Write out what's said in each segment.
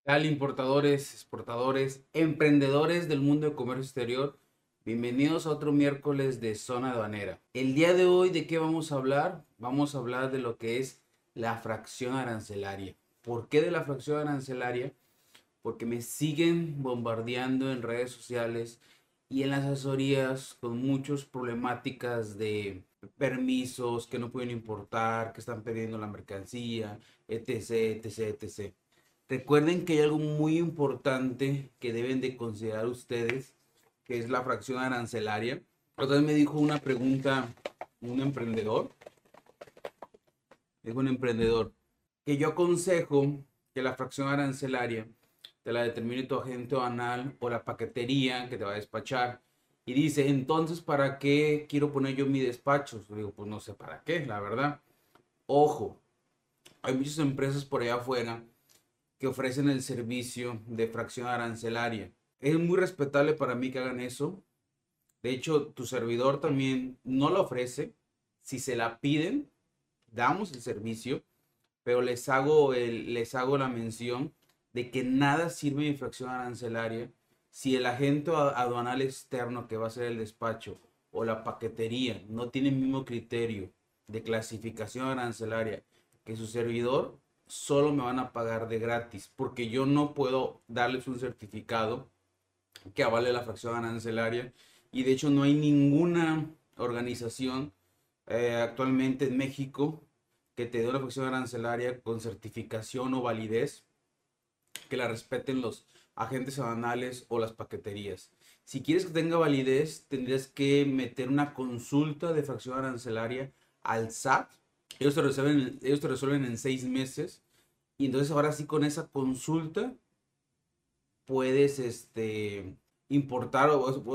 Tal importadores, exportadores, emprendedores del mundo de comercio exterior, bienvenidos a otro miércoles de Zona Aduanera. El día de hoy, ¿de qué vamos a hablar? Vamos a hablar de lo que es la fracción arancelaria. ¿Por qué de la fracción arancelaria? Porque me siguen bombardeando en redes sociales y en las asesorías con muchas problemáticas de permisos que no pueden importar, que están perdiendo la mercancía, etc, etc, etc. Recuerden que hay algo muy importante que deben de considerar ustedes, que es la fracción arancelaria. Otra vez me dijo una pregunta un emprendedor, que yo aconsejo que la fracción arancelaria te la determine tu agente aduanal o la paquetería que te va a despachar. Y dice, entonces, ¿para qué quiero poner yo mi despacho? Yo digo, pues no sé para qué, la verdad. Ojo, hay muchas empresas por allá afuera que ofrecen el servicio de fracción arancelaria. Es muy respetable para mí que hagan eso. De hecho, tu servidor también no lo ofrece. Si se la piden, damos el servicio, pero les hago la mención de que nada sirve de infracción arancelaria si el agente aduanal externo que va a hacer el despacho o la paquetería no tiene el mismo criterio de clasificación arancelaria que su servidor. Solo me van a pagar de gratis porque yo no puedo darles un certificado que avale la fracción arancelaria, y de hecho no hay ninguna organización actualmente en México que te dé una fracción arancelaria con certificación o validez que la respeten los agentes aduanales o las paqueterías. Si quieres que tenga validez, tendrías que meter una consulta de fracción arancelaria al SAT. Ellos te resuelven en 6 meses. Y entonces ahora sí, con esa consulta puedes importar,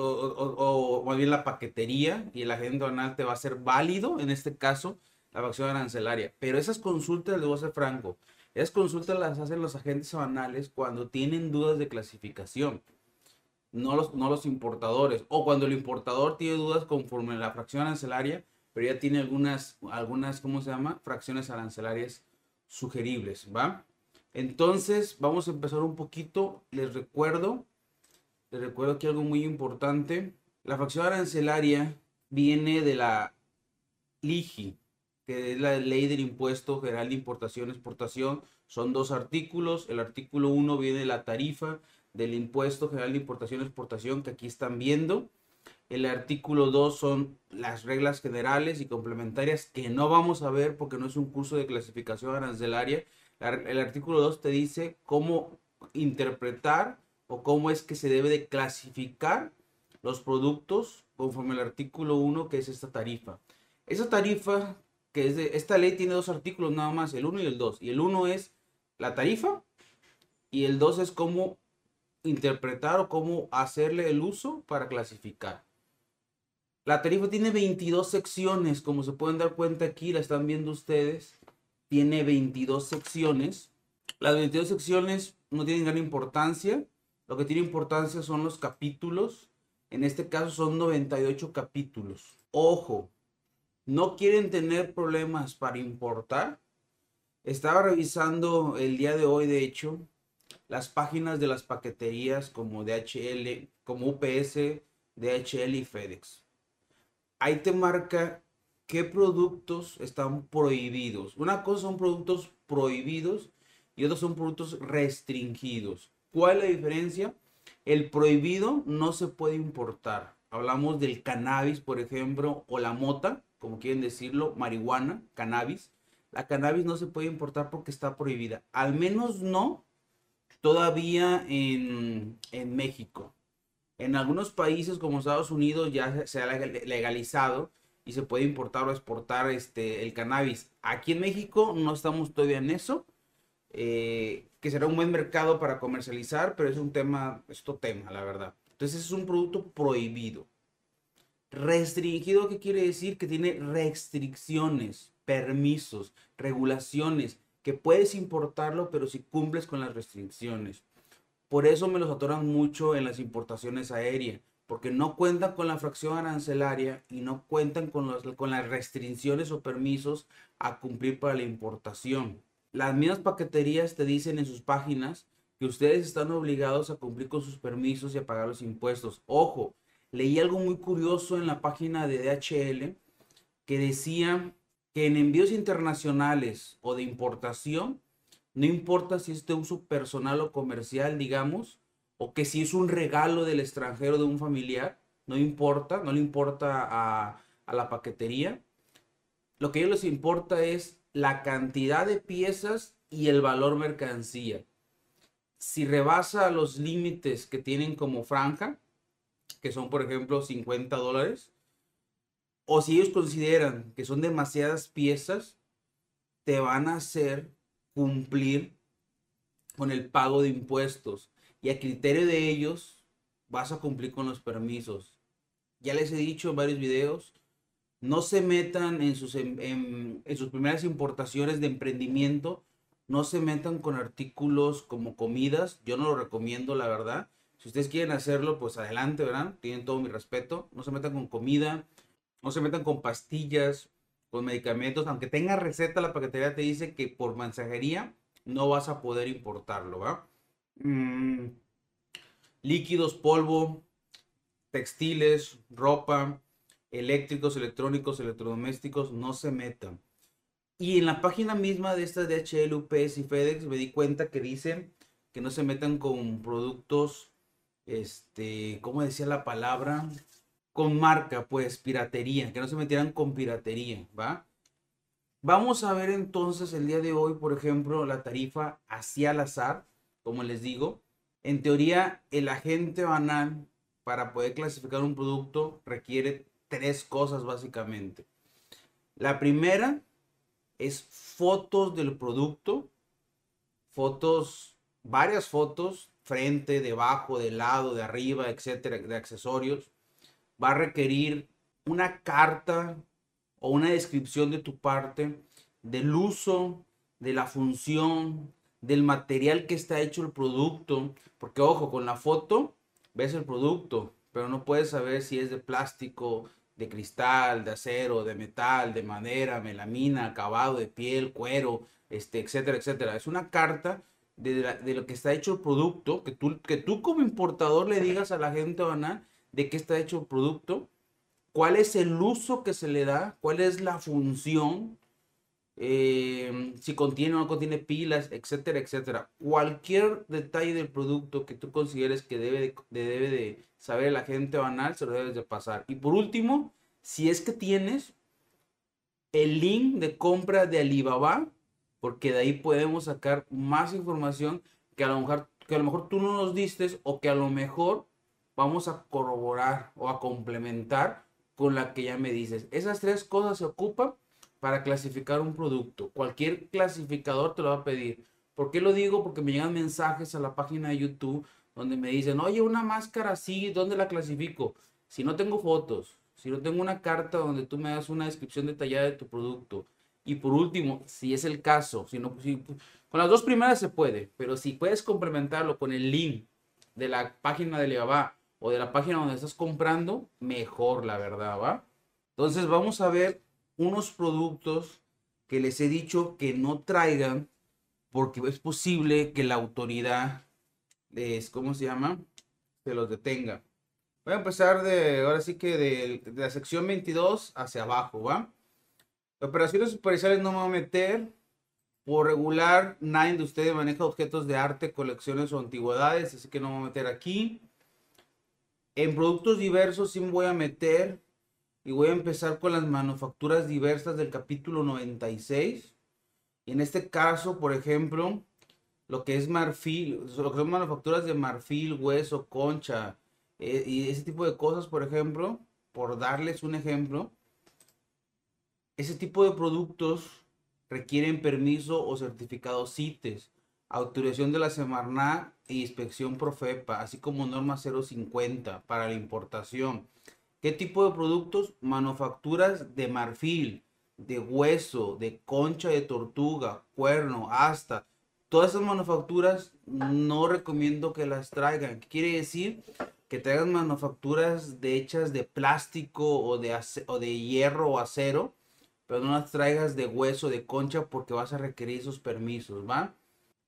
o más bien la paquetería y el agente aduanal te va a ser válido, en este caso, la fracción arancelaria. Pero esas consultas, les voy a ser franco, esas consultas las hacen los agentes aduanales cuando tienen dudas de clasificación, no los importadores. O cuando el importador tiene dudas conforme a la fracción arancelaria, pero ya tiene algunas, ¿cómo se llama? Fracciones arancelarias sugeribles, ¿va? Entonces, vamos a empezar un poquito. Les recuerdo que algo muy importante. La fracción arancelaria viene de la LIGI, que es la Ley del Impuesto General de Importación y Exportación. Son dos artículos. El artículo 1 viene de la tarifa del Impuesto General de Importación y Exportación, que aquí están viendo. El artículo 2 son las reglas generales y complementarias, que no vamos a ver porque no es un curso de clasificación arancelaria. El artículo 2 te dice cómo interpretar o cómo es que se debe de clasificar los productos conforme al artículo 1, que es esta tarifa. Esa tarifa, que es de esta ley, tiene dos artículos nada más, el 1 y el 2. Y el 1 es la tarifa y el 2 es cómo interpretar o cómo hacerle el uso para clasificar. La tarifa tiene 22 secciones, como se pueden dar cuenta aquí, la están viendo ustedes. Tiene 22 secciones. Las 22 secciones no tienen gran importancia. Lo que tiene importancia son los capítulos. En este caso son 98 capítulos. Ojo, no quieren tener problemas para importar. Estaba revisando el día de hoy, de hecho, las páginas de las paqueterías como DHL, como UPS, DHL y FedEx. Ahí te marca qué productos están prohibidos. Una cosa son productos prohibidos y otros son productos restringidos. ¿Cuál es la diferencia? El prohibido no se puede importar. Hablamos del cannabis, por ejemplo, o la mota, como quieren decirlo, marihuana, cannabis. La cannabis no se puede importar porque está prohibida. Al menos no todavía en México. En algunos países como Estados Unidos ya se ha legalizado y se puede importar o exportar el cannabis. Aquí en México no estamos todavía en eso, que será un buen mercado para comercializar, pero es otro tema, la verdad. Entonces es un producto prohibido. Restringido, ¿qué quiere decir? Que tiene restricciones, permisos, regulaciones, que puedes importarlo, pero si cumples con las restricciones. Por eso me los atoran mucho en las importaciones aéreas, porque no cuentan con la fracción arancelaria y no cuentan con las restricciones o permisos a cumplir para la importación. Las mismas paqueterías te dicen en sus páginas que ustedes están obligados a cumplir con sus permisos y a pagar los impuestos. Ojo, leí algo muy curioso en la página de DHL que decía que en envíos internacionales o de importación, no importa si es de uso personal o comercial, digamos, o que si es un regalo del extranjero de un familiar, no importa, no le importa a la paquetería. Lo que a ellos les importa es la cantidad de piezas y el valor mercancía. Si rebasa los límites que tienen como franja, que son por ejemplo $50, o si ellos consideran que son demasiadas piezas, te van a hacer cumplir con el pago de impuestos. Y a criterio de ellos, vas a cumplir con los permisos. Ya les he dicho en varios videos, no se metan en sus primeras importaciones de emprendimiento, no se metan con artículos como comidas, yo no lo recomiendo, la verdad. Si ustedes quieren hacerlo, pues adelante, ¿verdad? Tienen todo mi respeto. No se metan con comida, no se metan con pastillas, con medicamentos, aunque tenga receta, la paquetería te dice que por mensajería no vas a poder importarlo, ¿va? Mm, líquidos, polvo, textiles, ropa, eléctricos, electrónicos, electrodomésticos, no se metan. Y en la página misma de estas DHL, UPS y FedEx me di cuenta que dicen que no se metan con productos, ¿cómo decía la palabra? Con marca, pues, piratería, que no se metieran con piratería, ¿va? Vamos a ver entonces el día de hoy, por ejemplo, la tarifa así al azar, como les digo. En teoría, el agente banal para poder clasificar un producto requiere tres cosas básicamente. La primera es fotos del producto, fotos, varias fotos, frente, debajo, de lado, de arriba, etcétera, de accesorios. Va a requerir una carta o una descripción de tu parte del uso, de la función, del material que está hecho el producto. Porque ojo, con la foto ves el producto, pero no puedes saber si es de plástico, de cristal, de acero, de metal, de madera, melamina, acabado de piel, cuero, etcétera, etcétera. Es una carta de lo que está hecho el producto, que tú como importador le digas a la gente banal de qué está hecho el producto, cuál es el uso que se le da, cuál es la función, si contiene o no contiene pilas, etcétera, etcétera. Cualquier detalle del producto que tú consideres que debe de saber la gente banal, se lo debes de pasar. Y por último, si es que tienes el link de compra de Alibaba, porque de ahí podemos sacar más información que a lo mejor tú no nos diste o que a lo mejor vamos a corroborar o a complementar con la que ya me dices. Esas tres cosas se ocupan para clasificar un producto. Cualquier clasificador te lo va a pedir. ¿Por qué lo digo? Porque me llegan mensajes a la página de YouTube donde me dicen, oye, una máscara así, ¿dónde la clasifico? Si no tengo fotos, si no tengo una carta donde tú me das una descripción detallada de tu producto. Y por último, si es el caso, con las dos primeras se puede, pero si puedes complementarlo con el link de la página de Alibaba o de la página donde estás comprando, mejor, la verdad, ¿va? Entonces vamos a ver unos productos que les he dicho que no traigan porque es posible que la autoridad ¿cómo se llama? Se los detenga. Voy a empezar ahora sí que de la sección 22 hacia abajo, ¿va? Operaciones superficiales no me voy a meter. Por regular, nadie de ustedes maneja objetos de arte, colecciones o antigüedades, así que no me voy a meter aquí. En productos diversos sí me voy a meter y voy a empezar con las manufacturas diversas del capítulo 96. Y en este caso, por ejemplo, lo que es marfil, lo que son manufacturas de marfil, hueso, concha, y ese tipo de cosas, por ejemplo, por darles un ejemplo, ese tipo de productos requieren permiso o certificado CITES, autorización de la Semarnat e inspección Profepa, así como norma 050 para la importación. ¿Qué tipo de productos? Manufacturas de marfil, de hueso, de concha de tortuga, cuerno, asta. Todas esas manufacturas no recomiendo que las traigan. ¿Qué quiere decir? Que traigan manufacturas hechas de plástico o de hierro o acero, pero no las traigas de hueso, de concha, porque vas a requerir esos permisos, ¿va?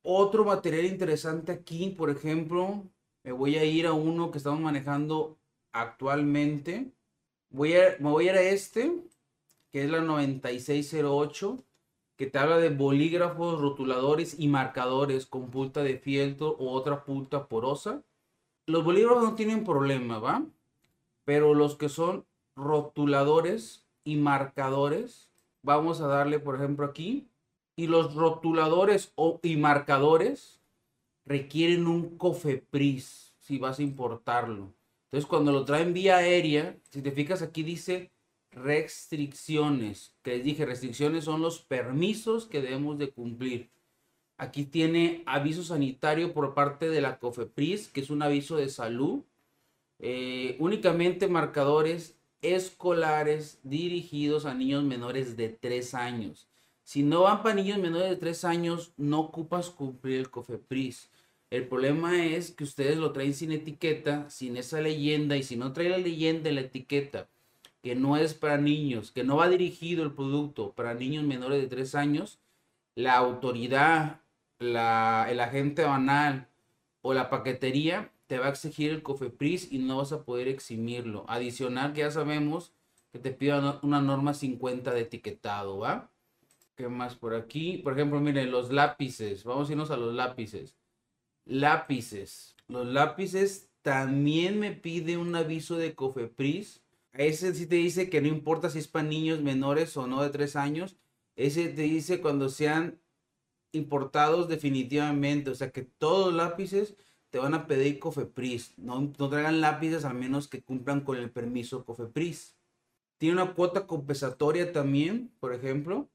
Otro material interesante aquí, por ejemplo, me voy a ir a uno que estamos manejando actualmente. Me voy a ir a este, que es la 9608, que te habla de bolígrafos, rotuladores y marcadores con punta de fieltro u otra punta porosa. Los bolígrafos no tienen problema, ¿va? Pero los que son rotuladores y marcadores, vamos a darle, por ejemplo, aquí. Y los rotuladores y marcadores requieren un COFEPRIS si vas a importarlo. Entonces, cuando lo traen vía aérea, si te fijas aquí dice restricciones. Que les dije, restricciones son los permisos que debemos de cumplir. Aquí tiene aviso sanitario por parte de la COFEPRIS, que es un aviso de salud. Únicamente marcadores escolares dirigidos a niños menores de 3 años. Si no van para niños menores de 3 años, no ocupas cumplir el COFEPRIS. El problema es que ustedes lo traen sin etiqueta, sin esa leyenda, y si no trae la leyenda y la etiqueta, que no es para niños, que no va dirigido el producto para niños menores de 3 años, la autoridad, el agente banal o la paquetería te va a exigir el COFEPRIS y no vas a poder eximirlo. Adicional, que ya sabemos que te pidan una norma 50 de etiquetado, ¿va? ¿Qué más por aquí? Por ejemplo, miren, los lápices. Vamos a irnos a los lápices. Lápices. Los lápices también me pide un aviso de COFEPRIS. Ese sí te dice que no importa si es para niños menores o no de 3 años. Ese te dice cuando sean importados definitivamente. O sea que todos los lápices te van a pedir COFEPRIS. No traigan lápices al menos que cumplan con el permiso COFEPRIS. Tiene una cuota compensatoria también, por ejemplo,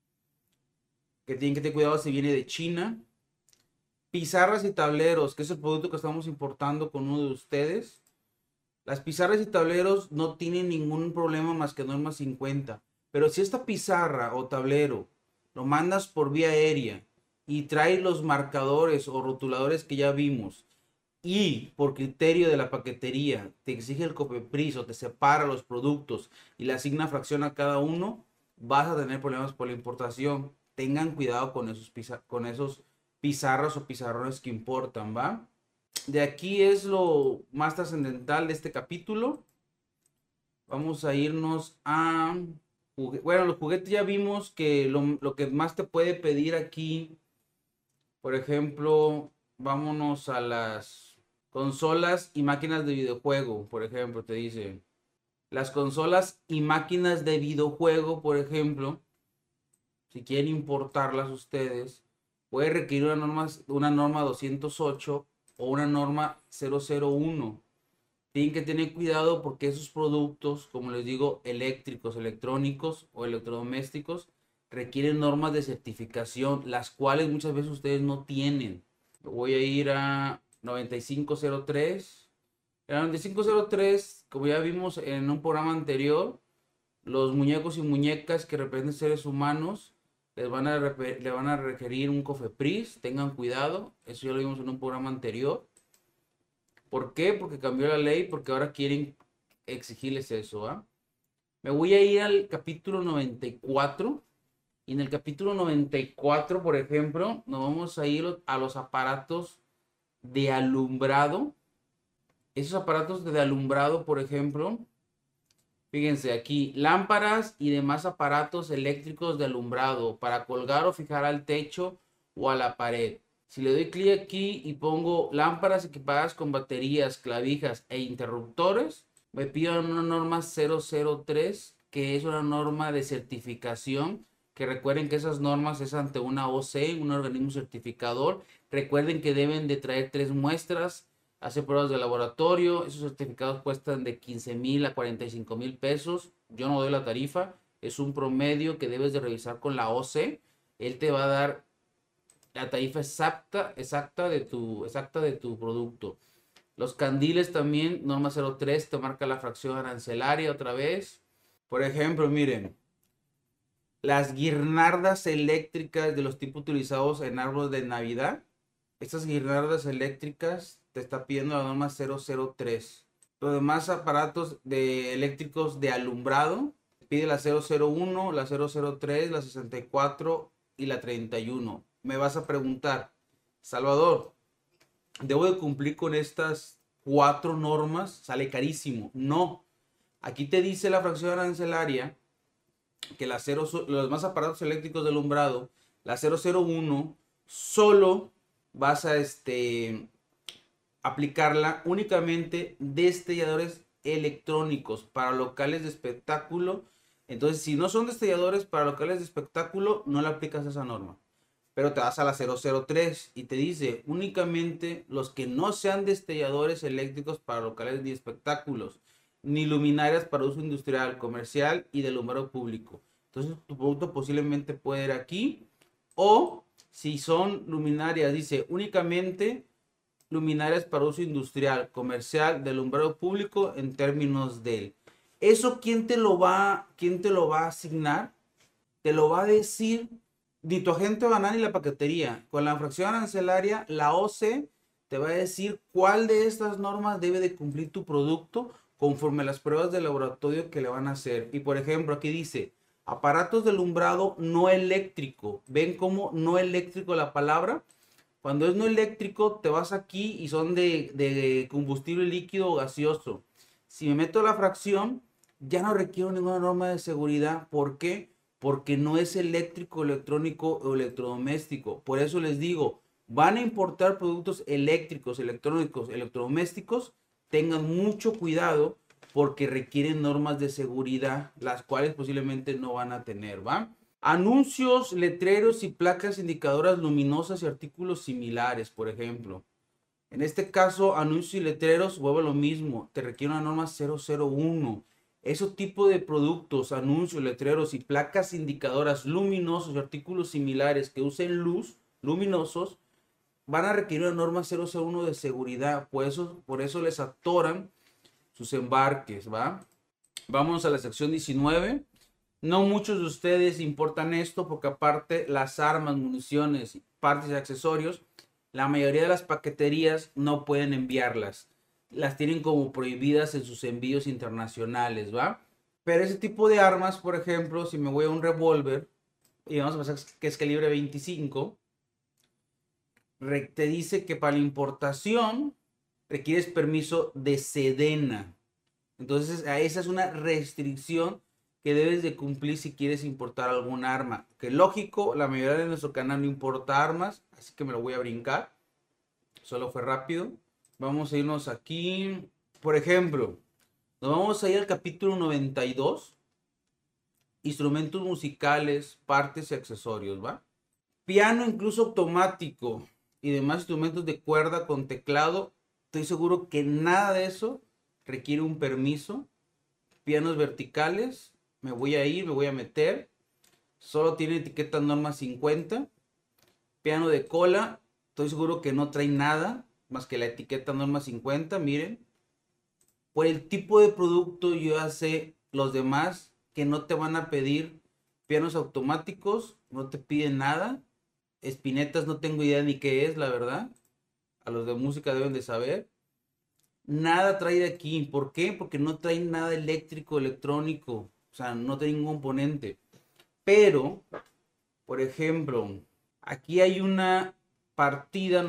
que tienen que tener cuidado si viene de China. Pizarras y tableros, que es el producto que estamos importando con uno de ustedes. Las pizarras y tableros no tienen ningún problema más que norma 50. Pero si esta pizarra o tablero lo mandas por vía aérea y trae los marcadores o rotuladores que ya vimos y por criterio de la paquetería te exige el COFEPRIS o te separa los productos y le asigna fracción a cada uno, vas a tener problemas por la importación. Tengan cuidado con esos pizarras o pizarrones que importan, ¿va? De aquí es lo más trascendental de este capítulo. Vamos a irnos a... Bueno, los juguetes ya vimos que lo que más te puede pedir aquí, por ejemplo, vámonos a las consolas y máquinas de videojuego, por ejemplo, te dice. Las consolas y máquinas de videojuego, por ejemplo, si quieren importarlas ustedes, puede requerir una norma 208 o una norma 001. Tienen que tener cuidado porque esos productos, como les digo, eléctricos, electrónicos o electrodomésticos, requieren normas de certificación, las cuales muchas veces ustedes no tienen. Voy a ir a 9503. El 9503, como ya vimos en un programa anterior, los muñecos y muñecas que representan seres humanos le van a requerir un COFEPRIS. Tengan cuidado, eso ya lo vimos en un programa anterior. ¿Por qué? Porque cambió la ley, porque ahora quieren exigirles eso, ¿ah? Me voy a ir al capítulo 94. Y en el capítulo 94, por ejemplo, nos vamos a ir a los aparatos de alumbrado. Esos aparatos de alumbrado, por ejemplo, fíjense aquí, lámparas y demás aparatos eléctricos de alumbrado para colgar o fijar al techo o a la pared. Si le doy clic aquí y pongo lámparas equipadas con baterías, clavijas e interruptores, me piden una norma 003, que es una norma de certificación, que recuerden que esas normas es ante una OC, un organismo certificador. Recuerden que deben de traer 3 muestras, hacer pruebas de laboratorio. Esos certificados cuestan de 15,000 a 45,000 pesos. Yo no doy la tarifa, es un promedio que debes de revisar con la OC. Él te va a dar la tarifa exacta de tu producto. Los candiles también, norma 03, te marca la fracción arancelaria otra vez. Por ejemplo, miren, las guirnaldas eléctricas de los tipos utilizados en árboles de Navidad. Estas guirnaldas eléctricas te está pidiendo la norma 003. Los demás aparatos eléctricos de alumbrado pide la 001, la 003, la 64 y la 31. Me vas a preguntar, Salvador, debo de cumplir con estas 4 normas, sale carísimo. No, aquí te dice la fracción arancelaria que los más aparatos eléctricos de alumbrado, la 001, solo vas a aplicarla únicamente destelladores electrónicos para locales de espectáculo. Entonces, si no son destelladores para locales de espectáculo, no le aplicas esa norma. Pero te vas a la 003 y te dice únicamente los que no sean destelladores eléctricos para locales de espectáculos, ni luminarias para uso industrial, comercial y de alumbrado público. Entonces, tu producto posiblemente puede ir aquí. O si son luminarias, dice únicamente luminarias para uso industrial, comercial, de alumbrado público en términos de... ¿Eso quién te lo va a asignar? Te lo va a decir ni tu agente banal ni la paquetería. Con la fracción arancelaria, la OC te va a decir cuál de estas normas debe de cumplir tu producto conforme a las pruebas de laboratorio que le van a hacer. Y por ejemplo, aquí dice, aparatos de alumbrado no eléctrico. ¿Ven cómo no eléctrico la palabra? Cuando es no eléctrico, te vas aquí y son de combustible líquido o gaseoso. Si me meto la fracción, ya no requiero ninguna norma de seguridad. ¿Por qué? Porque no es eléctrico, electrónico o electrodoméstico. Por eso les digo, van a importar productos eléctricos, electrónicos, electrodomésticos. Tengan mucho cuidado porque requieren normas de seguridad, las cuales posiblemente no van a tener, ¿va? Anuncios, letreros y placas indicadoras luminosas y artículos similares, por ejemplo. En este caso, anuncios y letreros, vuelve lo mismo, te requiere una norma 001. Ese tipo de productos, anuncios, letreros y placas indicadoras luminosos y artículos similares que usen luz, luminosos, van a requerir una norma 001 de seguridad. Por eso les atoran sus embarques, ¿va? Vamos a la sección 19. No muchos de ustedes importan esto porque aparte las armas, municiones, partes y accesorios, la mayoría de las paqueterías no pueden enviarlas. Las tienen como prohibidas en sus envíos internacionales, ¿va? Pero ese tipo de armas, por ejemplo, si me voy a un revólver, y vamos a pensar que es calibre 25, te dice que para la importación requieres permiso de Sedena. Entonces, esa es una restricción que debes de cumplir si quieres importar algún arma. Que lógico, la mayoría de nuestro canal no importa armas, así que me lo voy a brincar. Solo fue rápido. Vamos a irnos aquí. Por ejemplo, nos vamos a ir al capítulo 92. Instrumentos musicales, partes y accesorios, ¿va? Piano incluso automático y demás instrumentos de cuerda con teclado. Estoy seguro que nada de eso requiere un permiso. Pianos verticales, me voy a meter. Solo tiene etiqueta norma 50. Piano de cola, estoy seguro que no trae nada más que la etiqueta norma 50, miren. Por el tipo de producto yo ya sé los demás que no te van a pedir pianos automáticos, no te piden nada. Espinetas no tengo idea ni qué es, la verdad. A los de música deben de saber. Nada trae de aquí. ¿Por qué? Porque no trae nada eléctrico, electrónico. O sea, no trae ningún componente. Pero, por ejemplo, aquí hay una partida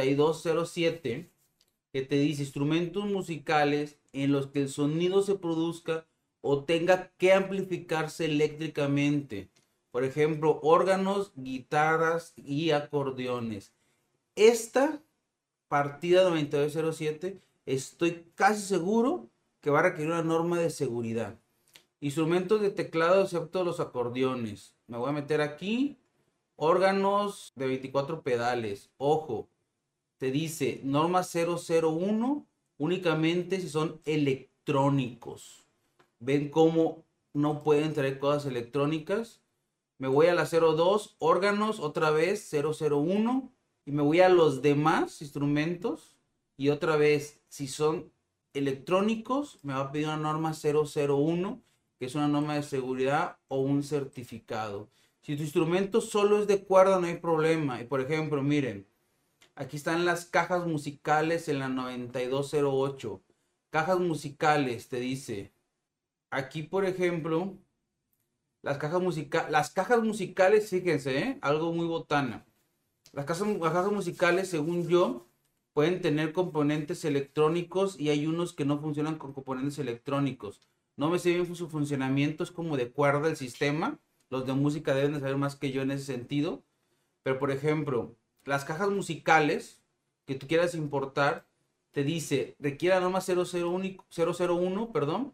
9207 que te dice instrumentos musicales en los que el sonido se produzca o tenga que amplificarse eléctricamente. Por ejemplo, órganos, guitarras y acordeones. Esta partida 9207 estoy casi seguro que va a requerir una norma de seguridad. Instrumentos de teclado excepto los acordeones. Me voy a meter aquí. Órganos de 24 pedales. Ojo, te dice norma 001 únicamente si son electrónicos. ¿Ven cómo no pueden traer cosas electrónicas? Me voy a la 02, órganos, otra vez 001. Y me voy a los demás instrumentos. Y otra vez, si son electrónicos, me va a pedir una norma 001, que es una norma de seguridad o un certificado. Si tu instrumento solo es de cuerda, no hay problema. Y por ejemplo, miren, aquí están las cajas musicales en la 9208. Cajas musicales, te dice. Aquí, por ejemplo, las cajas musicales, fíjense, algo muy botana. Las cajas musicales, según yo, pueden tener componentes electrónicos y hay unos que no funcionan con componentes electrónicos. No me sé bien su funcionamiento, es como de cuerda el sistema. Los de música deben de saber más que yo en ese sentido. Pero por ejemplo, las cajas musicales que tú quieras importar, te dice, requiere la norma 001, perdón,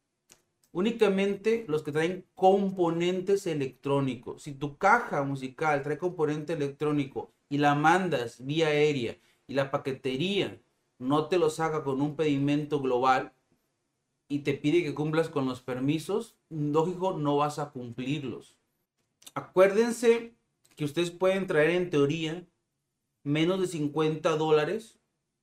únicamente los que traen componentes electrónicos. Si tu caja musical trae componente electrónico y la mandas vía aérea y la paquetería no te lo saca con un pedimento global y te pide que cumplas con los permisos, lógico, no vas a cumplirlos. Acuérdense que ustedes pueden traer en teoría menos de $50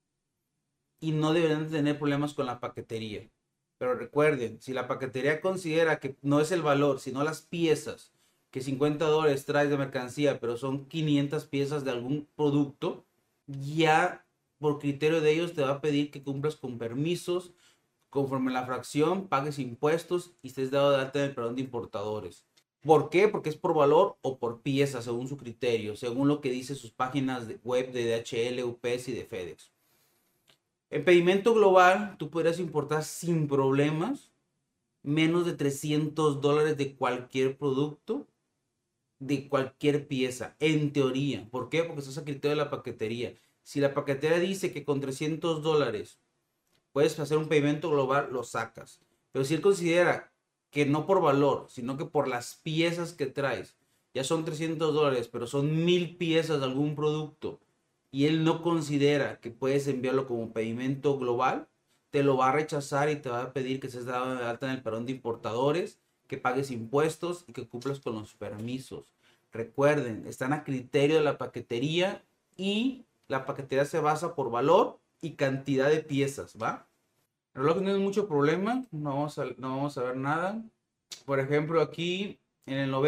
y no deberán tener problemas con la paquetería. Pero recuerden, si la paquetería considera que no es el valor, sino las piezas, que $50 traes de mercancía, pero son 500 piezas de algún producto, ya por criterio de ellos te va a pedir que cumplas con permisos, conforme la fracción, pagues impuestos y estés dado de alta en el perdón de importadores. ¿Por qué? Porque es por valor o por pieza, según su criterio, según lo que dice sus páginas web de DHL, UPS y de FedEx. En pedimento global, tú podrías importar sin problemas menos de $300 de cualquier producto, de cualquier pieza, en teoría. ¿Por qué? Porque estás a criterio de la paquetería. Si la paquetería dice que con $300 puedes hacer un pedimento global, lo sacas. Pero si él considera que no por valor, sino que por las piezas que traes, ya son $300, pero son 1000 piezas de algún producto, y él no considera que puedes enviarlo como pedimento global, te lo va a rechazar y te va a pedir que seas dado de alta en el perdón de importadores, que pagues impuestos y que cumplas con los permisos. Recuerden, están a criterio de la paquetería y la paquetería se basa por valor y cantidad de piezas, ¿va? El reloj no es mucho problema, no vamos a ver nada. Por ejemplo, aquí en el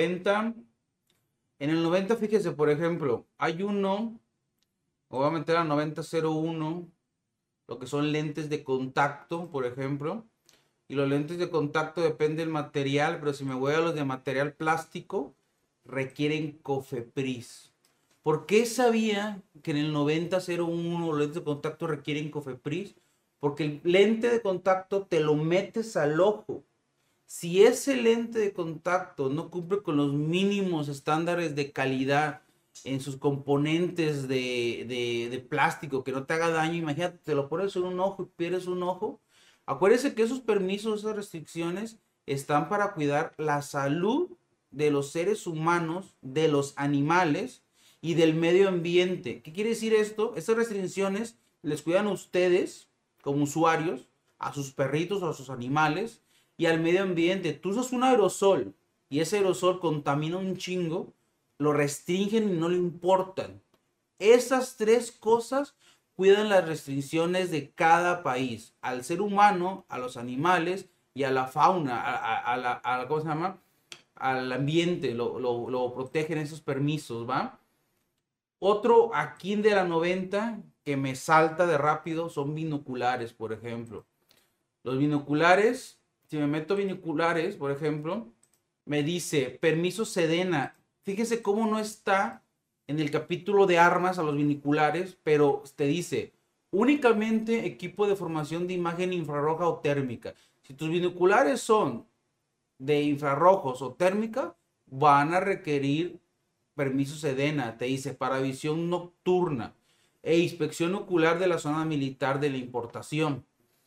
90, fíjese, por ejemplo, hay uno, o voy a meter a 9001, lo que son lentes de contacto, por ejemplo. Y los lentes de contacto depende del material, pero si me voy a los de material plástico, requieren COFEPRIS. ¿Por qué sabía que en el 9001 los lentes de contacto requieren COFEPRIS? Porque el lente de contacto te lo metes al ojo. Si ese lente de contacto no cumple con los mínimos estándares de calidad en sus componentes de plástico, que no te haga daño, imagínate, te lo pones en un ojo y pierdes un ojo. Acuérdense que esos permisos, esas restricciones están para cuidar la salud de los seres humanos, de los animales y del medio ambiente. ¿Qué quiere decir esto? Estas restricciones les cuidan a ustedes como usuarios, a sus perritos o a sus animales y al medio ambiente. Tú usas un aerosol y ese aerosol contamina un chingo, lo restringen y no le importan. Esas tres cosas cuidan las restricciones de cada país, al ser humano, a los animales y a la fauna, ¿cómo se llama? Al ambiente, lo protegen esos permisos, ¿va? Otro aquí de la 90 que me salta de rápido son binoculares, por ejemplo. Los binoculares, si me meto binoculares, por ejemplo, me dice permiso Sedena. Fíjese cómo no está en el capítulo de armas a los binoculares, pero te dice únicamente equipo de formación de imagen infrarroja o térmica. Si tus binoculares son de infrarrojos o térmica, van a requerir permiso Sedena. Te dice para visión nocturna e inspección ocular de la zona militar de la importación.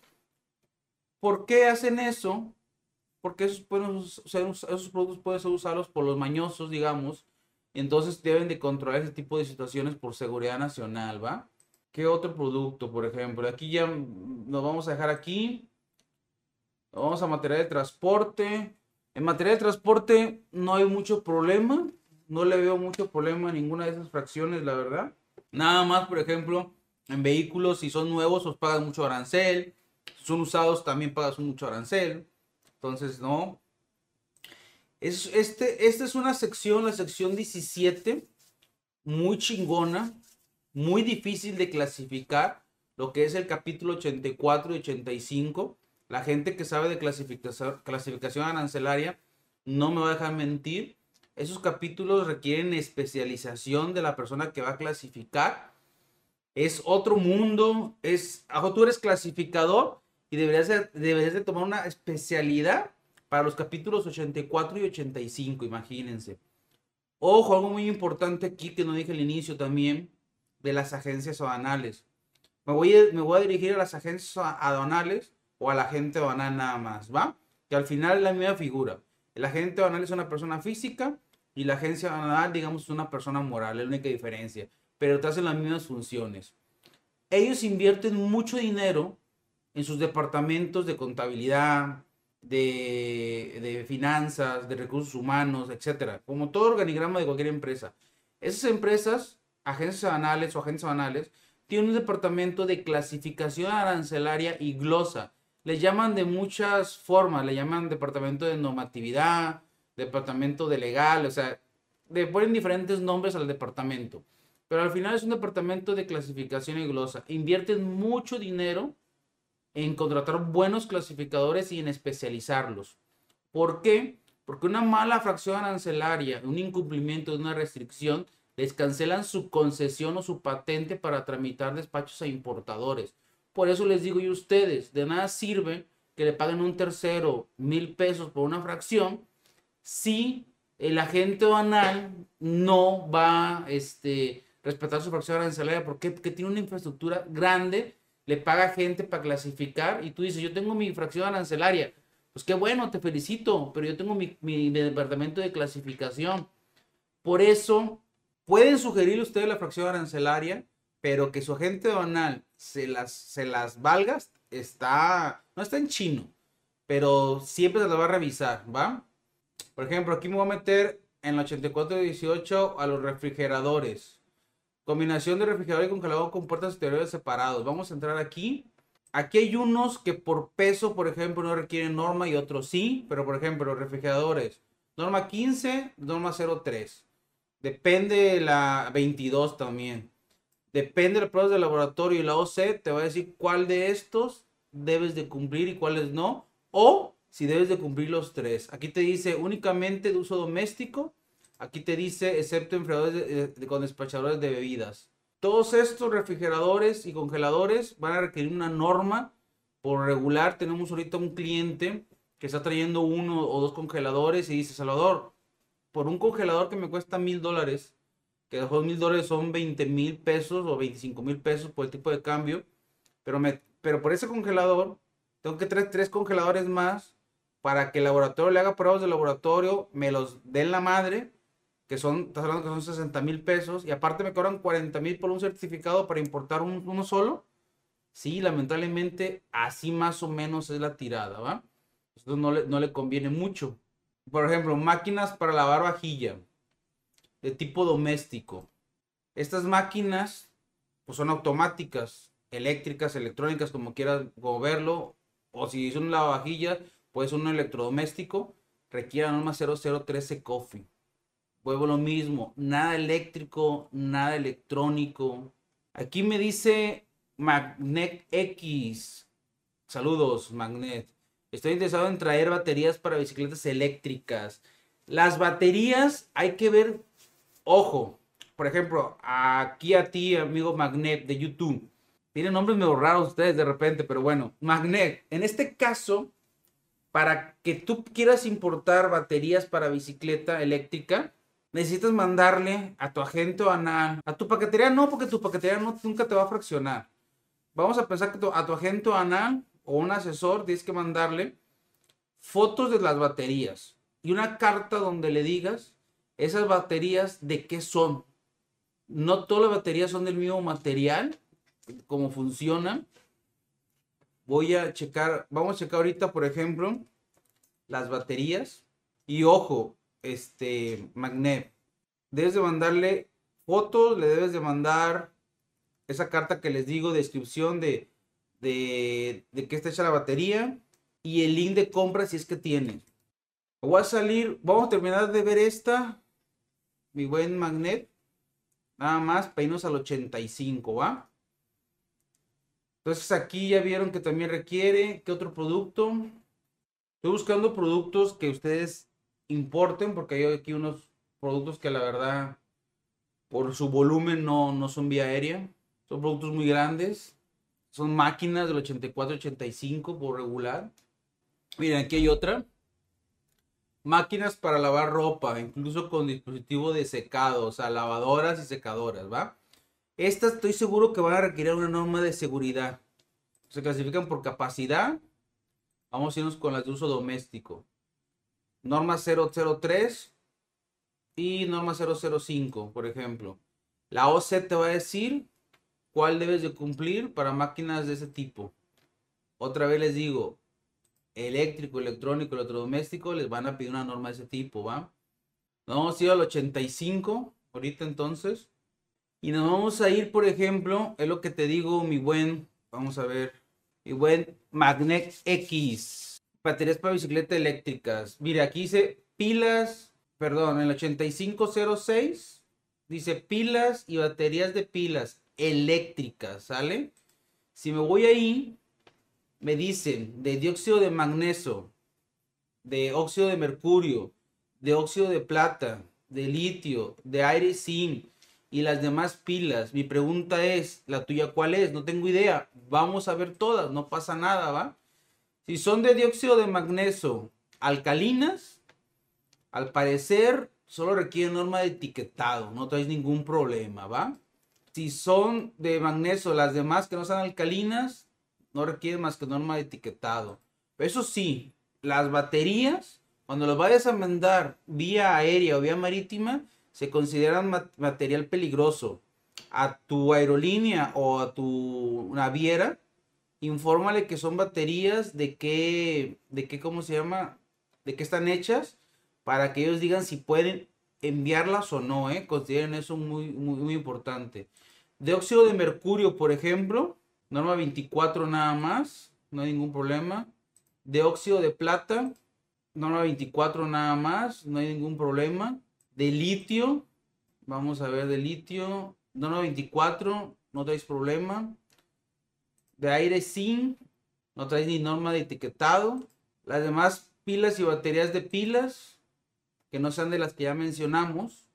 ¿Por qué hacen eso? Porque esos productos pueden ser usados por los mañosos, digamos, y entonces deben de controlar ese tipo de situaciones por seguridad nacional, ¿va? ¿Qué otro producto, por ejemplo? Aquí ya nos vamos a dejar aquí. Vamos a material de transporte. En material de transporte no hay mucho problema. No le veo mucho problema a ninguna de esas fracciones, la verdad. Nada más, por ejemplo, en vehículos, si son nuevos, os pagan mucho arancel. Si son usados, también pagas mucho arancel. Entonces, no. Esta es una sección, la sección 17, muy chingona, muy difícil de clasificar, lo que es el capítulo 84 y 85. La gente que sabe de clasificación arancelaria no me va a dejar mentir. Esos capítulos requieren especialización de la persona que va a clasificar. Es otro mundo. Tú eres clasificador y deberías de tomar una especialidad para los capítulos 84 y 85, imagínense. Ojo, algo muy importante aquí que no dije al inicio también, de las agencias aduanales. Me voy a dirigir a las agencias aduanales o a la agente aduanal nada más, ¿va? Que al final es la misma figura. El agente aduanal es una persona física y la agencia aduanal, digamos, es una persona moral, es la única diferencia. Pero te hacen las mismas funciones. Ellos invierten mucho dinero en sus departamentos de contabilidad, de finanzas, de recursos humanos, etcétera, como todo organigrama de cualquier empresa. Esas empresas, agencias aduanales o agentes aduanales, tienen un departamento de clasificación arancelaria y glosa. Le llaman de muchas formas, le llaman departamento de normatividad, departamento de legal, o sea, le ponen diferentes nombres al departamento. Pero al final es un departamento de clasificación y glosa. Invierten mucho dinero en contratar buenos clasificadores y en especializarlos. ¿Por qué? Porque una mala fracción arancelaria, un incumplimiento de una restricción, les cancelan su concesión o su patente para tramitar despachos a importadores. Por eso les digo yo a ustedes, de nada sirve que le paguen un tercero 1,000 pesos por una fracción si el agente aduanal no va a respetar su fracción arancelaria. ¿Por qué? Porque tiene una infraestructura grande, le paga gente para clasificar y tú dices, yo tengo mi fracción arancelaria. Pues qué bueno, te felicito, pero yo tengo mi departamento de clasificación. Por eso, pueden sugerirle ustedes la fracción arancelaria, pero que su agente aduanal se las valga, no está en chino, pero siempre se las va a revisar, ¿va? Por ejemplo, aquí me voy a meter en la 8418 a los refrigeradores. Combinación de refrigerador y congelador con puertas exteriores separados. Vamos a entrar aquí. Aquí hay unos que por peso, por ejemplo, no requieren norma y otros sí. Pero, por ejemplo, los refrigeradores. Norma 15, norma 03. Depende de la 22 también. Depende de las pruebas de laboratorio y la OC te va a decir cuál de estos debes de cumplir y cuáles no. O si debes de cumplir los tres. Aquí te dice únicamente de uso doméstico. Aquí te dice excepto enfriadores con despachadores de bebidas. Todos estos refrigeradores y congeladores van a requerir una norma. Por regular tenemos ahorita un cliente que está trayendo uno o dos congeladores y dice, Salvador, por un congelador que me cuesta $1,000, que los $1,000 son 20,000 pesos o 25,000 pesos por el tipo de cambio, pero por ese congelador tengo que traer 3 congeladores más para que el laboratorio le haga pruebas de laboratorio, me los den la madre, estás hablando que son 60,000 pesos, y aparte me cobran 40,000 por un certificado para importar uno solo. Sí, lamentablemente así más o menos es la tirada, ¿va? Esto no le conviene mucho. Por ejemplo, máquinas para lavar vajilla de tipo doméstico. Estas máquinas pues son automáticas, eléctricas, electrónicas, como quieras verlo, o si es un lavavajillas, pues un electrodoméstico, requiere la norma 0013 Coffee. Vuelvo lo mismo, nada eléctrico, nada electrónico. Aquí me dice Magnet X. Saludos, Magnet. Estoy interesado en traer baterías para bicicletas eléctricas. Las baterías hay que ver, ojo, por ejemplo, aquí a ti, amigo Magnet de YouTube. Tienen nombres medio raros ustedes de repente, pero bueno, Magnet. En este caso, para que tú quieras importar baterías para bicicleta eléctrica, necesitas mandarle a tu agente aduanal, a tu paquetería no, porque tu paquetería nunca te va a fraccionar. Vamos a pensar que a tu agente aduanal o un asesor tienes que mandarle fotos de las baterías y una carta donde le digas esas baterías de qué son. No todas las baterías son del mismo material, cómo funcionan. Vamos a checar ahorita, por ejemplo, las baterías. Y ojo, Magnet, debes de mandarle fotos, le debes de mandar esa carta que les digo, descripción de qué está hecha la batería y el link de compra si es que tiene. Vamos a terminar de ver mi buen Magnet. Nada más para irnos al 85, ¿va? Entonces aquí ya vieron que también requiere. ¿Qué otro producto? Estoy buscando productos que ustedes importen porque hay aquí unos productos que la verdad, por su volumen no son vía aérea. Son productos muy grandes. Son máquinas del 84-85 por regular. Miren, aquí hay otra. Máquinas para lavar ropa, incluso con dispositivo de secado, o sea, lavadoras y secadoras, ¿va? Estas estoy seguro que van a requerir una norma de seguridad. Se clasifican por capacidad. Vamos a irnos con las de uso doméstico. Norma 003 y norma 005, por ejemplo. La OC te va a decir cuál debes de cumplir para máquinas de ese tipo. Otra vez les digo, eléctrico, electrónico, electrodoméstico, les van a pedir una norma de ese tipo, ¿va? Nos vamos a ir al 85, ahorita entonces. Y nos vamos a ir, por ejemplo, es lo que te digo, mi buen, vamos a ver, mi buen Magnet X. Baterías para bicicletas eléctricas. Mire, aquí dice pilas, perdón, en el 8506 dice pilas y baterías de pilas eléctricas, ¿sale? Si me voy ahí, me dicen de dióxido de magnesio, de óxido de mercurio, de óxido de plata, de litio, de aire zinc y las demás pilas. Mi pregunta es, ¿la tuya cuál es? No tengo idea. Vamos a ver todas, no pasa nada, ¿va? Si son de dióxido de magnesio alcalinas, al parecer solo requieren norma de etiquetado, no traes ningún problema, ¿va? Si son de magnesio, las demás que no sean alcalinas, no requieren más que norma de etiquetado. Pero eso sí, las baterías, cuando los vayas a mandar vía aérea o vía marítima, se consideran material peligroso. A tu aerolínea o a tu naviera, infórmale que son baterías ¿cómo se llama? De qué están hechas, para que ellos digan si pueden enviarlas o no, ¿eh? Consideren eso muy importante. Dióxido de mercurio, por ejemplo, norma 24 nada más, no hay ningún problema. Dióxido de plata, norma 24 nada más, no hay ningún problema. De litio, vamos a ver de litio, norma 24, no traes problema. De aire zinc, no traes ni norma de etiquetado. Las demás pilas y baterías de pilas, que no sean de las que ya mencionamos,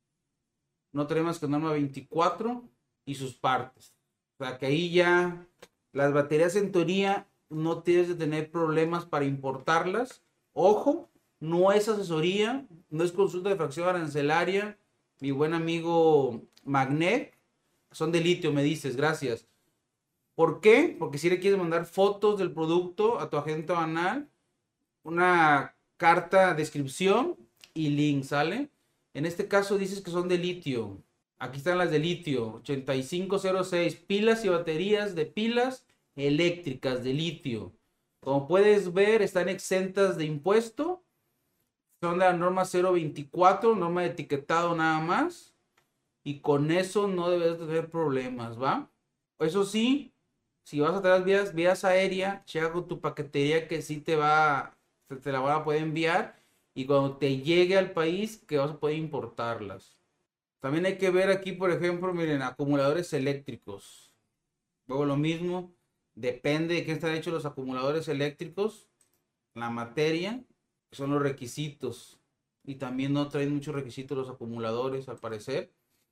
no traemos que norma 24 y sus partes. O sea que ahí ya las baterías en teoría no tienes de tener problemas para importarlas. Ojo, no es asesoría, no es consulta de fracción arancelaria. Mi buen amigo Magnet, son de litio, me dices, gracias. ¿Por qué? Porque si le quieres mandar fotos del producto a tu agente banal, una carta, descripción y link, ¿sale? En este caso dices que son de litio. Aquí están las de litio, 8506, pilas y baterías de pilas eléctricas de litio. Como puedes ver, están exentas de impuesto. Son de la norma 024, norma de etiquetado nada más. Y con eso no debes tener problemas, ¿va? Eso sí, si vas a traer vías aéreas, checa con tu paquetería que sí te la van a poder enviar. Y cuando te llegue al país, que vas a poder importarlas. También hay que ver aquí, por ejemplo, miren, acumuladores eléctricos. Luego lo mismo, depende de qué están hechos los acumuladores eléctricos. La materia, son los requisitos. Y también no traen muchos requisitos los acumuladores, al parecer.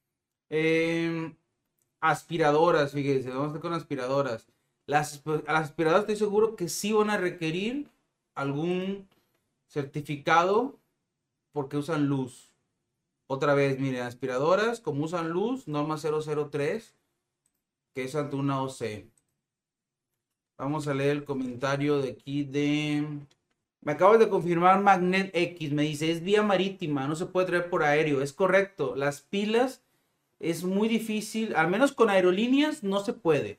Aspiradoras, fíjense, vamos a estar con aspiradoras. Las aspiradoras estoy seguro que sí van a requerir algún certificado porque usan luz. Otra vez, miren, aspiradoras, como usan luz, norma 003, que es ante una OC. Vamos a leer el comentario de aquí de... Me acabas de confirmar Magnet X, me dice, es vía marítima, no se puede traer por aéreo. Es correcto, las pilas es muy difícil, al menos con aerolíneas no se puede.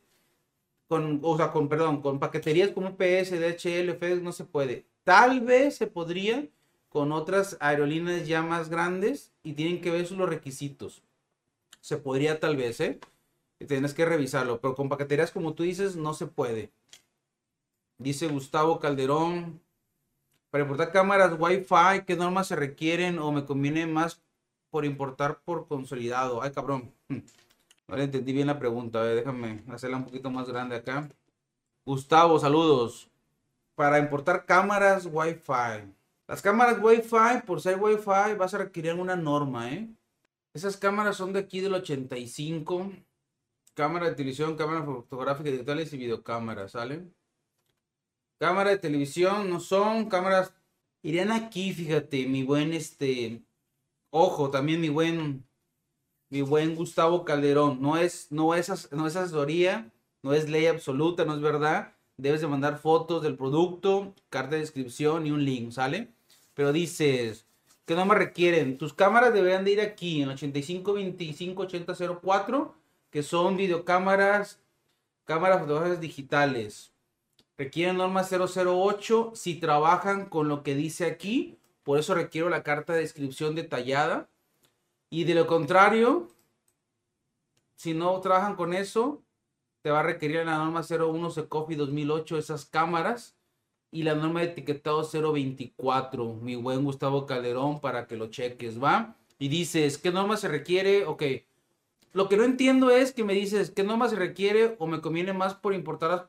Con paqueterías como UPS, DHL, FedEx no se puede. Tal vez se podría con otras aerolíneas ya más grandes y tienen que ver los requisitos. Se podría tal vez, tienes que revisarlo, pero con paqueterías como tú dices no se puede. Dice Gustavo Calderón, para importar cámaras Wi-Fi, ¿qué normas se requieren o me conviene más por importar por consolidado? Ay, cabrón. No le entendí bien la pregunta. A ver, déjame hacerla un poquito más grande acá. Gustavo, saludos. Para importar cámaras Wi-Fi. Las cámaras Wi-Fi, por ser Wi-Fi, vas a requerir una norma, ¿eh? Esas cámaras son de aquí del 85. Cámara de televisión, cámara fotográfica digitales y videocámaras, ¿sale? Cámara de televisión no son cámaras. Irían aquí, fíjate, mi buen ojo, también mi buen Gustavo Calderón. No es asesoría, no es ley absoluta, no es verdad. Debes de mandar fotos del producto, carta de descripción y un link, ¿sale? Pero dices, ¿qué normas requieren? Tus cámaras deberían de ir aquí en 85258004, que son videocámaras, cámaras fotográficas digitales. Requieren norma 008 si trabajan con lo que dice aquí. Por eso requiero la carta de descripción detallada. Y de lo contrario, si no trabajan con eso, te va a requerir la norma 01 Secofi 2008 esas cámaras. Y la norma de etiquetado 024, mi buen Gustavo Calderón, para que lo cheques, ¿va? Y dices, ¿qué norma se requiere? Ok. Lo que no entiendo es que me dices, ¿qué norma se requiere o me conviene más por importar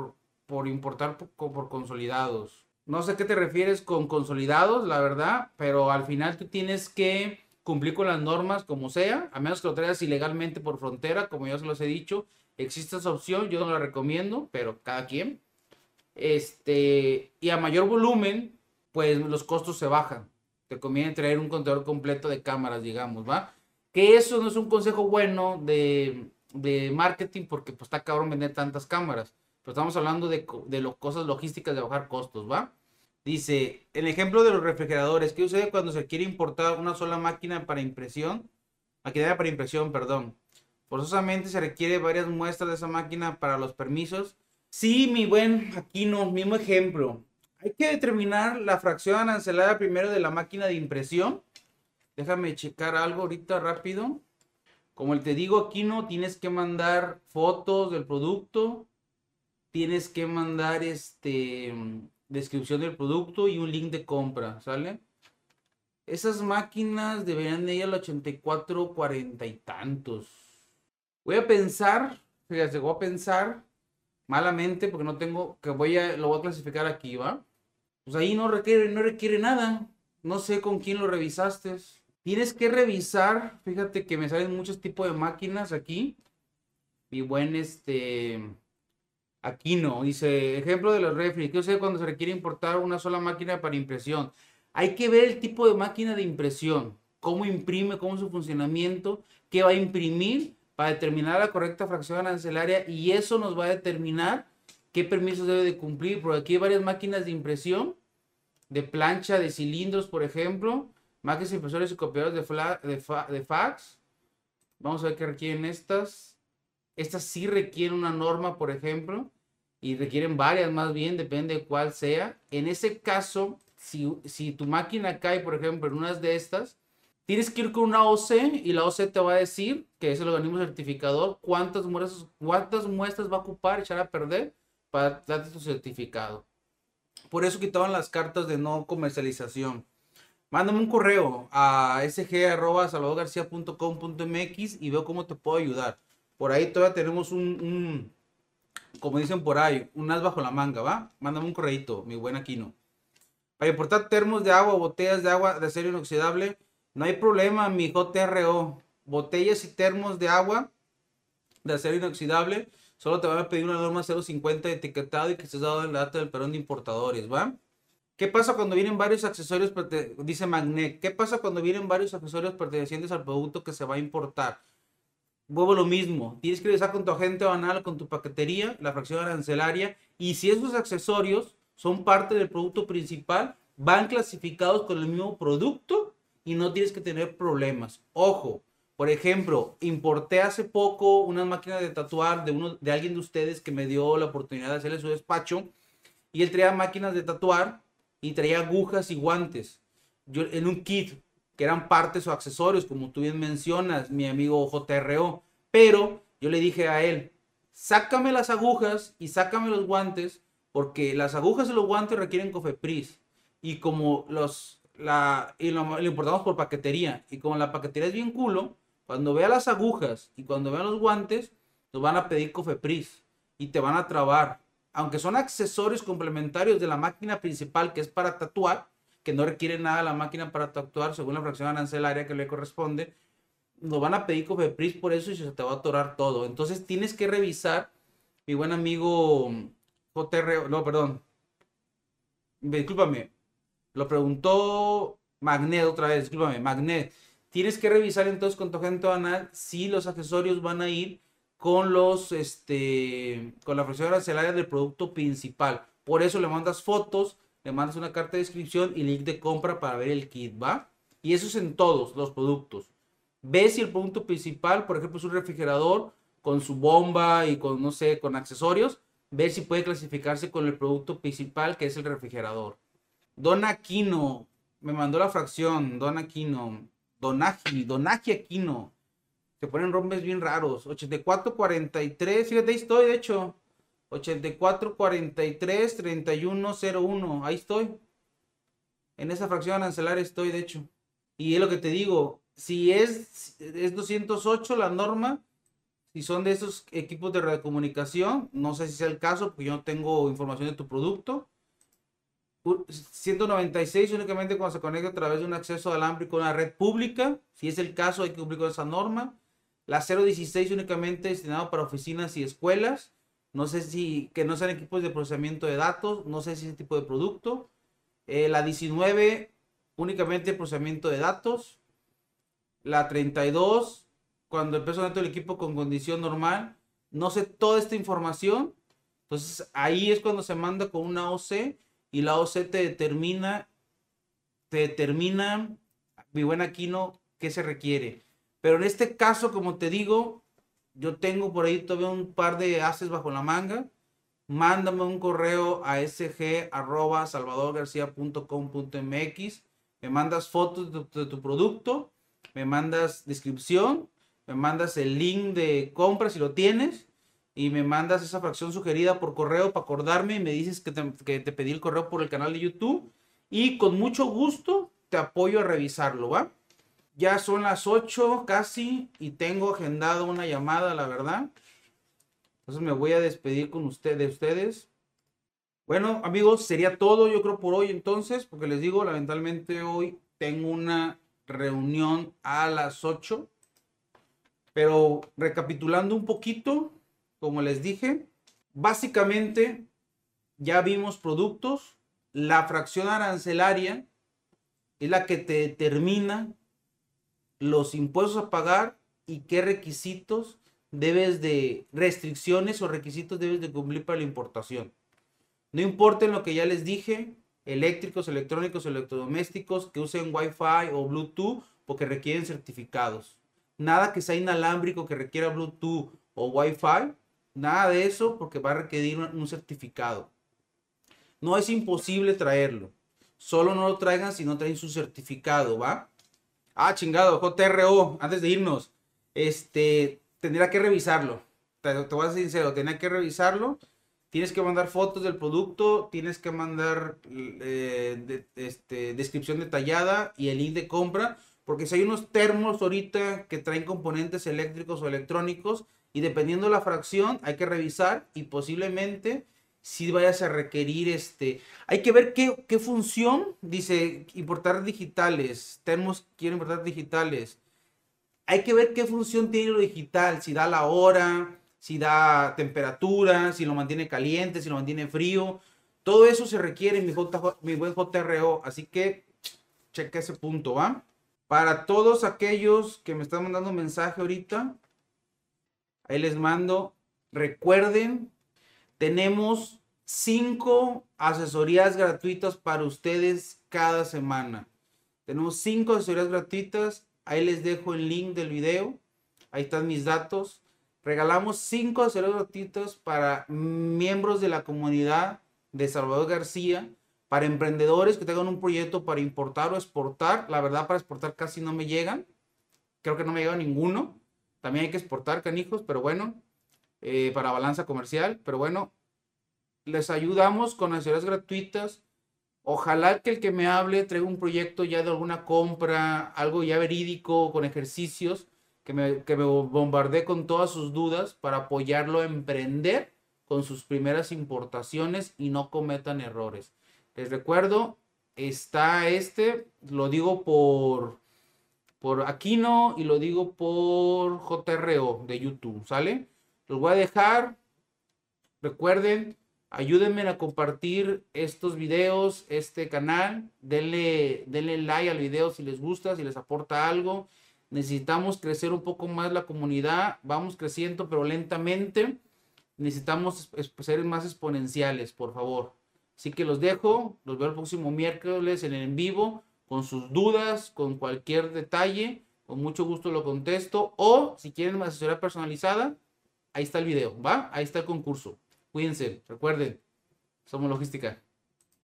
por consolidados? No sé qué te refieres con consolidados, la verdad, pero al final tú tienes que cumplir con las normas como sea, a menos que lo traigas ilegalmente por frontera, como ya se los he dicho. Existe esa opción, yo no la recomiendo, pero cada quien. Y a mayor volumen, pues los costos se bajan. Te conviene traer un contenedor completo de cámaras, digamos, ¿va? Que eso no es un consejo bueno de marketing porque pues está cabrón vender tantas cámaras. Pero estamos hablando de cosas logísticas de bajar costos, ¿va? Dice, el ejemplo de los refrigeradores, ¿qué sucede cuando se quiere importar una sola máquina para impresión? Maquinaria para impresión, perdón. Forzosamente se requiere varias muestras de esa máquina para los permisos. Sí, mi buen Aquino, mismo ejemplo. Hay que determinar la fracción arancelaria primero de la máquina de impresión. Déjame checar algo ahorita rápido. Como te digo, Aquino, tienes que mandar fotos del producto. Tienes que mandar descripción del producto y un link de compra, ¿sale? Esas máquinas deberían de ir al 84, 40 y tantos. Voy a pensar, fíjate, voy a pensar malamente porque no tengo, lo voy a clasificar aquí, ¿va? Pues ahí no requiere nada. No sé con quién lo revisaste. Tienes que revisar, fíjate que me salen muchos tipos de máquinas aquí. Mi buen aquí no, dice, ejemplo de los refri, ¿qué sé cuando se requiere importar una sola máquina para impresión? Hay que ver el tipo de máquina de impresión, cómo imprime, cómo es su funcionamiento, qué va a imprimir para determinar la correcta fracción arancelaria y eso nos va a determinar qué permisos debe de cumplir, porque aquí hay varias máquinas de impresión, de plancha, de cilindros, por ejemplo, máquinas impresores y copiadores de fax. Vamos a ver qué requieren estas. Estas sí requieren una norma, por ejemplo, y requieren varias más bien, depende de cuál sea. En ese caso, si tu máquina cae, por ejemplo, en unas de estas, tienes que ir con una OC y la OC te va a decir, que es el organismo certificador, cuántas muestras va a ocupar, echar a perder para darte tu certificado. Por eso quitaban las cartas de no comercialización. Mándame un correo a sg@salvadorgarcia.com.mx y veo cómo te puedo ayudar. Por ahí todavía tenemos como dicen por ahí, un as bajo la manga, ¿va? Mándame un correito, mi buen Aquino. Para importar termos de agua, botellas de agua de acero inoxidable, no hay problema, mi JRO. Botellas y termos de agua de acero inoxidable, solo te van a pedir una norma 050 de etiquetado y que estés dado en la data del perón de importadores, ¿va? ¿Qué pasa cuando vienen varios accesorios? Dice Magnet. ¿Qué pasa cuando vienen varios accesorios pertenecientes al producto que se va a importar? Vuelvo lo mismo. Tienes que revisar con tu agente banal, con tu paquetería, la fracción arancelaria. Y si esos accesorios son parte del producto principal, van clasificados con el mismo producto y no tienes que tener problemas. Ojo, por ejemplo, importé hace poco unas máquinas de tatuar de alguien de ustedes que me dio la oportunidad de hacerle su despacho. Y él traía máquinas de tatuar y traía agujas y guantes. Yo, en un kit, que eran partes o accesorios, como tú bien mencionas, mi amigo JRO. Pero yo le dije a él, sácame las agujas y sácame los guantes, porque las agujas y los guantes requieren Cofepris. Y como lo importamos por paquetería. Y como la paquetería es bien culo, cuando vea las agujas y cuando vea los guantes, nos van a pedir Cofepris y te van a trabar. Aunque son accesorios complementarios de la máquina principal que es para tatuar, que no requiere nada la máquina para actuar según la fracción arancelaria que le corresponde, nos van a pedir COFEPRIS por eso y se te va a atorar todo. Entonces tienes que revisar, mi buen amigo JR, no, perdón, discúlpame, lo preguntó Magnet otra vez, discúlpame, Magnet. Tienes que revisar entonces con tu agente aduanal si los accesorios van a ir con con la fracción arancelaria del producto principal. Por eso le mandas fotos, le mandas una carta de descripción y link de compra para ver el kit, ¿va? Y eso es en todos los productos. Ves si el producto principal, por ejemplo, es un refrigerador con su bomba y con, no sé, con accesorios, ver si puede clasificarse con el producto principal que es el refrigerador. Don Aquino, me mandó la fracción, Don Aquino, Donaji Aquino. Se ponen nombres bien raros. 8443, fíjate, ahí estoy, de hecho. 8443 3101, ahí estoy. En esa fracción arancelaria estoy, de hecho. Y es lo que te digo, si es 208 la norma, si son de esos equipos de radiocomunicación, no sé si sea el caso, porque yo no tengo información de tu producto. 196 únicamente cuando se conecta a través de un acceso alámbrico a una red pública. Si es el caso, hay que cumplir con esa norma. La 016 únicamente destinado para oficinas y escuelas. No sé si, que no sean equipos de procesamiento de datos. No sé si ese tipo de producto. La 19 únicamente procesamiento de datos. La 32 cuando el peso neto del equipo con condición normal. No sé toda esta información. Entonces ahí es cuando se manda con una OC y la OC te determina, mi buen Aquino, qué se requiere. Pero en este caso, como te digo, yo tengo por ahí todavía un par de haces bajo la manga. Mándame un correo a sg@salvadorgarcia.com.mx. Me mandas fotos de tu producto, me mandas descripción, me mandas el link de compra si lo tienes y me mandas esa fracción sugerida por correo para acordarme y me dices que te pedí el correo por el canal de YouTube y con mucho gusto te apoyo a revisarlo, ¿va? Ya son las 8 casi y tengo agendado una llamada, la verdad. Entonces me voy a despedir con ustedes. Bueno, amigos, sería todo yo creo por hoy entonces, porque les digo, lamentablemente hoy tengo una reunión a las 8. Pero recapitulando un poquito, como les dije, básicamente ya vimos productos. La fracción arancelaria es la que te determina los impuestos a pagar y qué requisitos restricciones o requisitos debes de cumplir para la importación. No importa en lo que ya les dije, eléctricos, electrónicos, electrodomésticos que usen Wi-Fi o Bluetooth porque requieren certificados. Nada que sea inalámbrico que requiera Bluetooth o Wi-Fi, nada de eso porque va a requerir un certificado. No es imposible traerlo, solo no lo traigan si no traen su certificado, ¿va? Ah, chingado, JRO, antes de irnos, tendría que revisarlo. Te voy a ser sincero, tendría que revisarlo. Tienes que mandar fotos del producto, tienes que mandar descripción detallada y el link de compra, porque si hay unos termos ahorita que traen componentes eléctricos o electrónicos y dependiendo de la fracción hay que revisar y posiblemente si vayas a requerir hay que ver qué función, dice importar digitales, termos quiero importar digitales. Hay que ver qué función tiene lo digital, si da la hora, si da temperatura, si lo mantiene caliente, si lo mantiene frío. Todo eso se requiere mi buen JRO, así que checa ese punto, ¿va? Para todos aquellos que me están mandando mensaje ahorita, ahí les mando, recuerden, tenemos 5 asesorías gratuitas para ustedes cada semana. Tenemos 5 asesorías gratuitas. Ahí les dejo el link del video. Ahí están mis datos. Regalamos 5 asesorías gratuitas para miembros de la comunidad de Salvador García, para emprendedores que tengan un proyecto para importar o exportar. La verdad, para exportar casi no me llegan. Creo que no me llega ninguno. También hay que exportar, canijos, pero bueno, para balanza comercial. Pero bueno, les ayudamos con asesorías gratuitas. Ojalá que el que me hable traiga un proyecto ya de alguna compra, algo ya verídico, con ejercicios, que me bombardee con todas sus dudas para apoyarlo a emprender con sus primeras importaciones y no cometan errores. Les recuerdo, está lo digo por Aquino y lo digo por JRO de YouTube, ¿sale? Los voy a dejar. Recuerden, ayúdenme a compartir estos videos, este canal. Denle like al video si les gusta, si les aporta algo. Necesitamos crecer un poco más la comunidad. Vamos creciendo, pero lentamente. Necesitamos ser más exponenciales, por favor. Así que los dejo. Los veo el próximo miércoles en vivo. Con sus dudas, con cualquier detalle. Con mucho gusto lo contesto. O si quieren una asesoría personalizada, ahí está el video, ¿va? Ahí está el concurso. Cuídense, recuerden, somos logística.